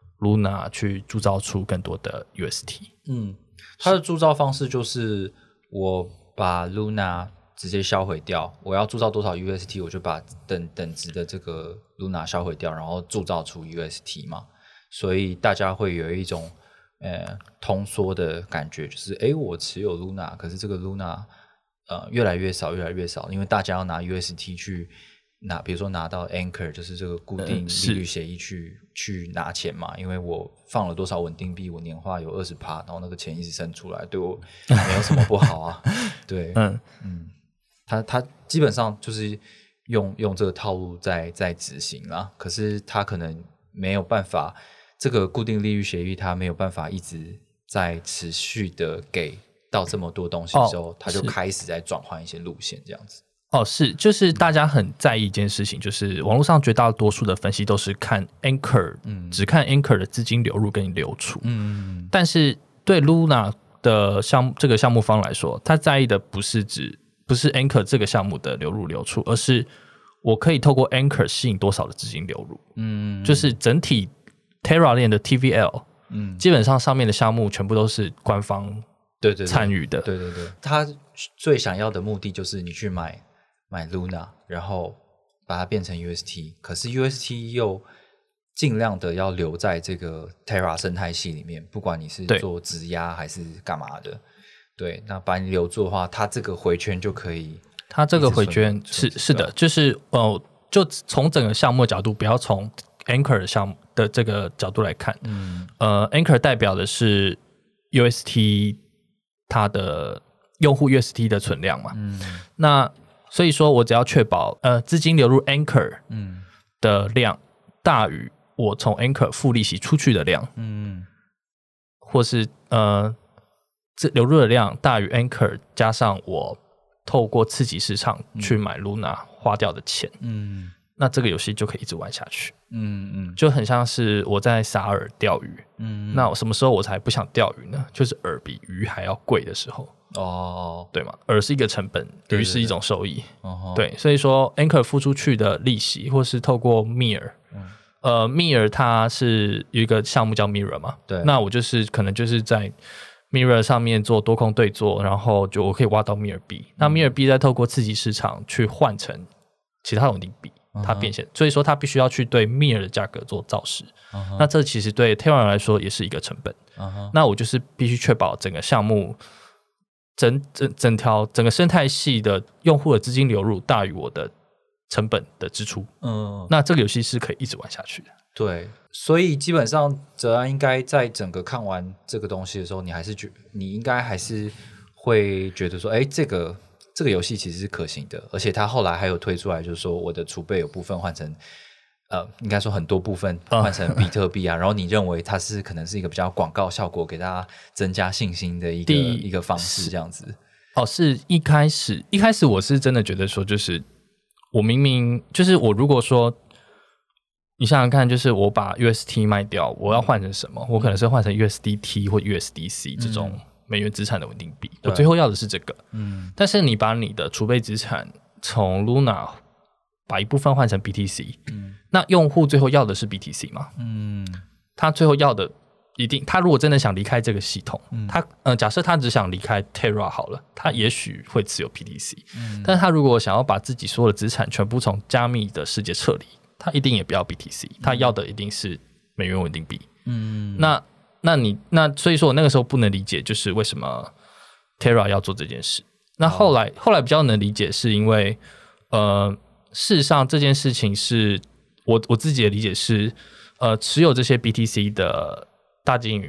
Luna 去铸造出更多的 U S T， 嗯，它的铸造方式就是我把 Luna直接销毁掉，我要铸造多少 U S T 我就把等等值的这个 Luna 销毁掉，然后铸造出 U S T 嘛，所以大家会有一种呃通缩的感觉，就是诶我持有 Luna， 可是这个 Luna 呃越来越少越来越少，因为大家要拿 U S T 去拿，比如说拿到 Anchor 就是这个固定利率协议去、嗯、去拿钱嘛，因为我放了多少稳定币，我年化有 百分之二十， 然后那个钱一直生出来，对我没有什么不好啊。对，嗯嗯，他他基本上就是用用这个套路在在执行啦，可是他可能没有办法，这个固定利率协议他没有办法一直在持续的给到这么多东西之后，他、哦、就开始在转换一些路线这样子。 哦，是，就是大家很在意一件事情，就是网络上绝大多数的分析都是看 Anchor，、嗯、只看 Anchor 的资金流入跟流出。嗯，但是对 Luna 的项目这个项目方来说，他在意的不是指不是 Anchor 这个项目的流入流出，而是我可以透过 Anchor 吸引多少的资金流入。嗯，就是整体 Terra 链的 T V L， 嗯，基本上上面的项目全部都是官方对对参与的。 对对 对, 对, 对，他最想要的目的就是你去买。买 Luna， 然后把它变成 U S T， 可是 U S T 又尽量的要留在这个 Terra 生态系里面，不管你是做质押还是干嘛的， 对, 对，那把你留住的话，它这个回圈就可以， 它这个回圈是是的，就是呃，就从整个项目的角度，不要从 Anchor 项目的这个角度来看，嗯，呃 ，Anchor 代表的是 U S T 它的用户 U S T 的存量嘛，嗯，那所以说我只要确保呃资金流入 Anchor 的量大于我从 Anchor 付利息出去的量，嗯，或是呃这流入的量大于 Anchor 加上我透过次级市场去买 Luna 花掉的钱，嗯，那这个游戏就可以一直玩下去，嗯嗯，就很像是我在撒饵钓鱼，嗯，那什么时候我才不想钓鱼呢？就是饵比鱼还要贵的时候。哦，对嘛，饵是一个成本，鱼是一种收益，对，所以说 Anchor 付出去的利息，或是透过 Mirror，、嗯、呃 Mirror 它是有一个项目叫 Mirror 嘛，对，那我就是可能就是在 Mirror 上面做多空对做，然后就我可以挖到 Mirror B，、嗯、那 Mirror B 再透过次级市场去换成其他稳定币，它变现，所以说它必须要去对 Mirror 的价格做造势，那这其实对 Terra 来说也是一个成本，那我就是必须确保整个项目整整整条整个生态系的用户的资金流入大于我的成本的支出，嗯，那这个游戏是可以一直玩下去的。 对，所以基本上哲安应该在整个看完这个东西的时候，你还是觉你应该还是会觉得说，哎，这个这个游戏其实是可行的，而且他后来还有推出来，就是说我的储备有部分换成。呃，应该说很多部分换成比特币啊，然后你认为它是可能是一个比较广告效果，给大家增加信心的一个一个方式，这样子。 哦，是一开始一开始我是真的觉得说，就是我明明就是我如果说你想想看，就是我把 U S T 卖掉，我要换成什么？我可能是换成 U S D T 或 U S D C 这种美元资产的稳定币，我最后要的是这个。嗯，但是你把你的储备资产从 Luna把一部分换成 B T C， 嗯，那用户最后要的是 B T C 吗？嗯，他最后要的一定，他如果真的想离开这个系统，嗯、他呃，假设他只想离开 Terra 好了，他也许会持有 B T C，嗯，但是他如果想要把自己所有的资产全部从加密的世界撤离，他一定也不要 B T C， 他要的一定是美元稳定币。嗯，那那你那所以说我那个时候不能理解，就是为什么 Terra 要做这件事。那后来、哦、后来比较能理解，是因为呃。事实上这件事情是我我自己的理解是呃持有这些 B T C 的大鲸鱼们、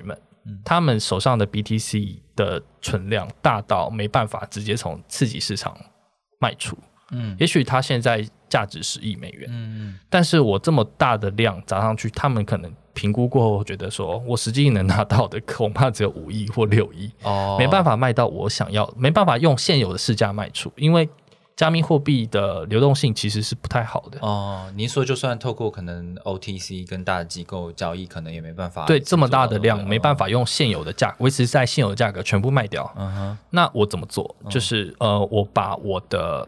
嗯、他们手上的 B T C 的存量大到没办法直接从次级市场卖出。嗯，也许它现在价值十亿美元，嗯，但是我这么大的量砸上去，他们可能评估过后觉得说，我实际能拿到的恐怕只有五亿或六亿，哦，没办法卖到我想要，没办法用现有的市价卖出，因为加密货币的流动性其实是不太好的。 哦，您说就算透过可能 O T C 跟大的机构交易，可能也没办法， 对，这么大的量没办法用现有的价维持在现有的价格全部卖掉。嗯哼，那我怎么做？嗯、就是呃，我把我的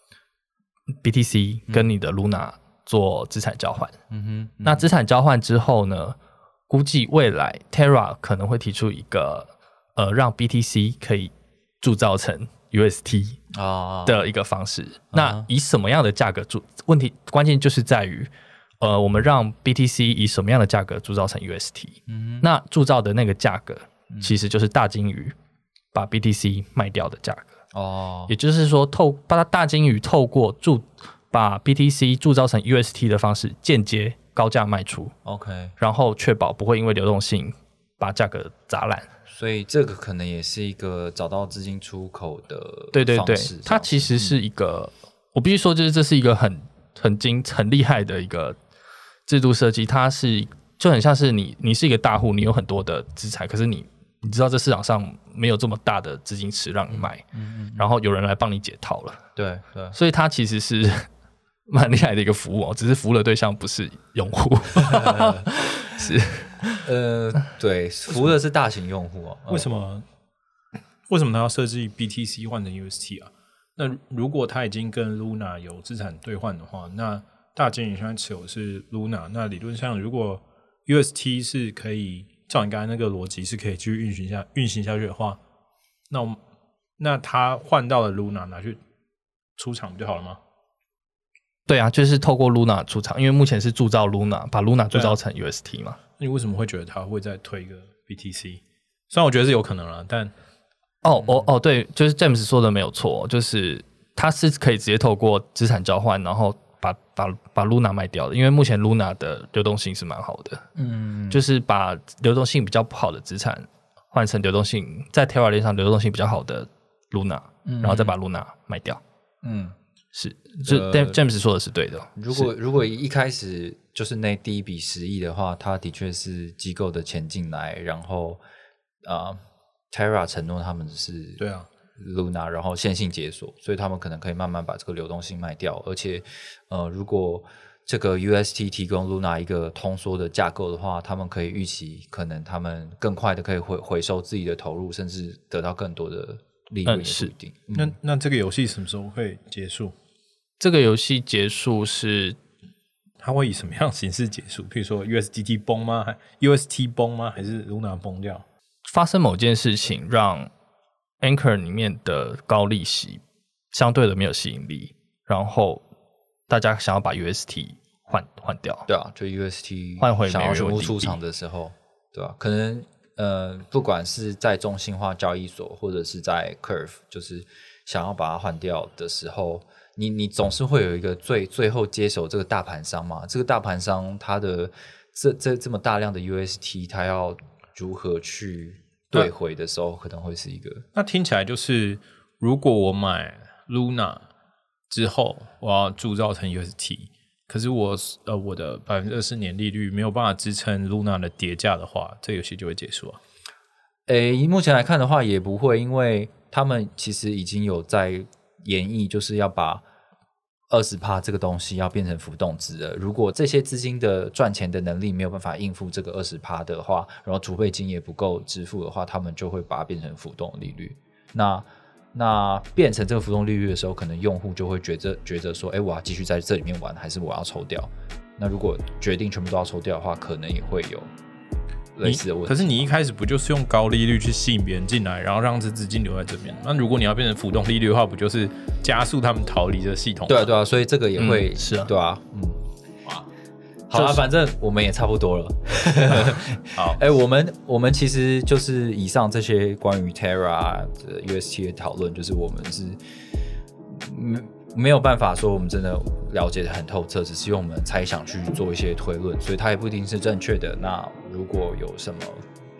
B T C 跟你的 Luna 做资产交换，嗯哼，嗯哼，那资产交换之后呢，估计未来 Terra 可能会提出一个呃，让 B T C 可以铸造成 U S T 的一个方式。哦，那以什么样的价格铸？问题关键就是在于，呃，我们让 B T C 以什么样的价格铸造成 U S T？嗯，那铸造的那个价格，其实就是大鲸鱼把 B T C 卖掉的价格。哦，也就是说，透把大鲸鱼透过铸把 B T C 铸造成 U S T 的方式，间接高价卖出 ，OK， 然后确保不会因为流动性把价格砸烂。 所以这个可能也是一个找到资金出口的方式。 对对对，它其实是一个，嗯、我必须说，就是这是一个很很精很厉害的一个制度设计。它是就很像是你你是一个大户，你有很多的资产，可是你。你知道这市场上没有这么大的资金池让你卖，嗯嗯嗯，然后有人来帮你解套了， 对对， 所以它其实是蛮厉害的一个服务哦，只是服务的对象不是用户，是呃对，服务的是大型用户哦。 为什么为什么他要设计 B T C 换成 U S T 啊？那如果他已经跟 Luna 有资产兑换的话，那大鲸鱼现在持有是 Luna， 那理论上如果 U S T 是可以。照你刚才那个逻辑是可以继续运行下运行下去的话，那我那他换到了 Luna 拿去出厂不就好了吗？ 对啊，就是透过 Luna 出厂，因为目前是铸造 Luna， 把 Luna 铸造成 U S T 嘛。啊、 你为什么会觉得他会再推一个 B T C？ 虽然我觉得是有可能啦，但哦哦哦，对，就是 James 说的没有错，就是他是可以直接透过资产交换，然后。把把把 Luna 卖掉的，因为目前 Luna 的流动性是蛮好的，嗯，就是把流动性比较不好的资产换成流动性在 Terra 链上流动性比较好的 Luna，嗯，然后再把 Luna 卖掉，嗯，是，就、呃、James 说的是对的。 如果如果一开始就是那第一笔十亿的话，它的确是机构的钱进来，然后啊、呃、Terra 承诺他们是对啊。 Luna 然后线性解锁，所以他们可能可以慢慢把这个流动性卖掉，而且呃，如果这个 U S T 提供 Luna 一个通缩的架构的话，他们可以预期可能他们更快的可以回回收自己的投入，甚至得到更多的利润，也不一定。 嗯、那那这个游戏什么时候会结束？ 这个游戏结束是它会以什么样的形式结束？譬如说 U S D T 崩吗？还 U S T 崩吗？还是 Luna 崩掉？ 发生某件事情让Anchor 里面的高利息相对的没有吸引力，然后大家想要把 U S T 换换掉， 对啊，就 U S T 换回想要全部出场的时候，对吧、啊？可能呃，不管是在中心化交易所，或者是在 Curve， 就是想要把它换掉的时候，你你总是会有一个最最后接手这个大盘商嘛？这个大盘商他的这这这么大量的 U S T， 他要如何去？对回的时候可能会是一个， 那听起来就是如果我买 Luna 之后我要铸造成 U S T， 可是我呃我的 百分之二十 年利率没有办法支撑 Luna 的跌价的话，这个游戏就会结束啊。 诶，目前来看的话也不会，因为他们其实已经有在演绎，就是要把百分之二十 这个东西要变成浮动值了。如果这些资金的赚钱的能力没有办法应付这个 百分之二十 的话，然后储备金也不够支付的话，他们就会把它变成浮动利率。那那变成这个浮动利率的时候，可能用户就会觉得觉得说，哎，我要继续在这里面玩，还是我要抽掉？那如果决定全部都要抽掉的话，可能也会有类似的问题。 可是你一开始不就是用高利率去吸引别人进来，然后让这资金留在这边？那如果你要变成浮动利率的话，不就是加速他们逃离这个系统？ 对啊，对啊，所以这个也会、 嗯、是啊， 对啊，嗯，哇，好了，反正我们也差不多了。好，哎、欸，我们我们其实就是以上这些关于 Terra U S T 的讨论，就是我们是没没有办法说我们真的了解得很透彻，只是用我们猜想去做一些推论，所以它也不一定是正确的。那如果有什么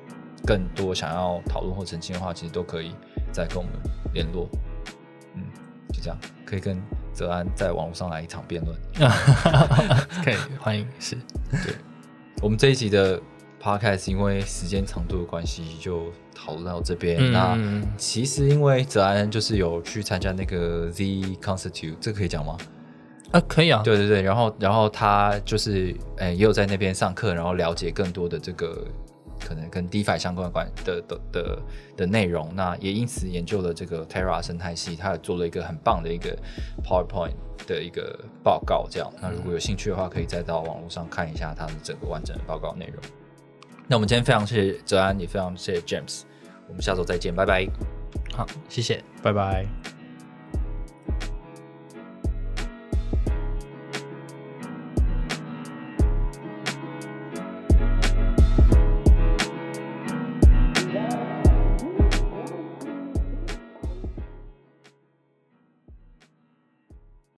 更多想要讨论或澄清的话，其实都可以再跟我们联络。嗯，就这样，可以跟哲安在网络上来一场辩论。 可以，欢迎。是， 对，我们这一集的 podcast 因为时间长度的关系，就讨论到这边。嗯、那其实因为哲安就是有去参加那个 The Constitute， 这个可以讲吗？ 啊，可以啊。 对对对，然后然后他就是诶、欸、也有在那边上课，然后了解更多的这个可能跟 DeFi 相关的的的的内容。那也因此研究了这个 Terra 生态系，他也做了一个很棒的一个 PowerPoint 的一个报告。这样，那如果有兴趣的话，可以再到网络上看一下他的整个完整的报告内容。那我们今天非常谢谢哲安，也非常谢谢 James， 我们下周再见，拜拜。 好，谢谢， 拜拜。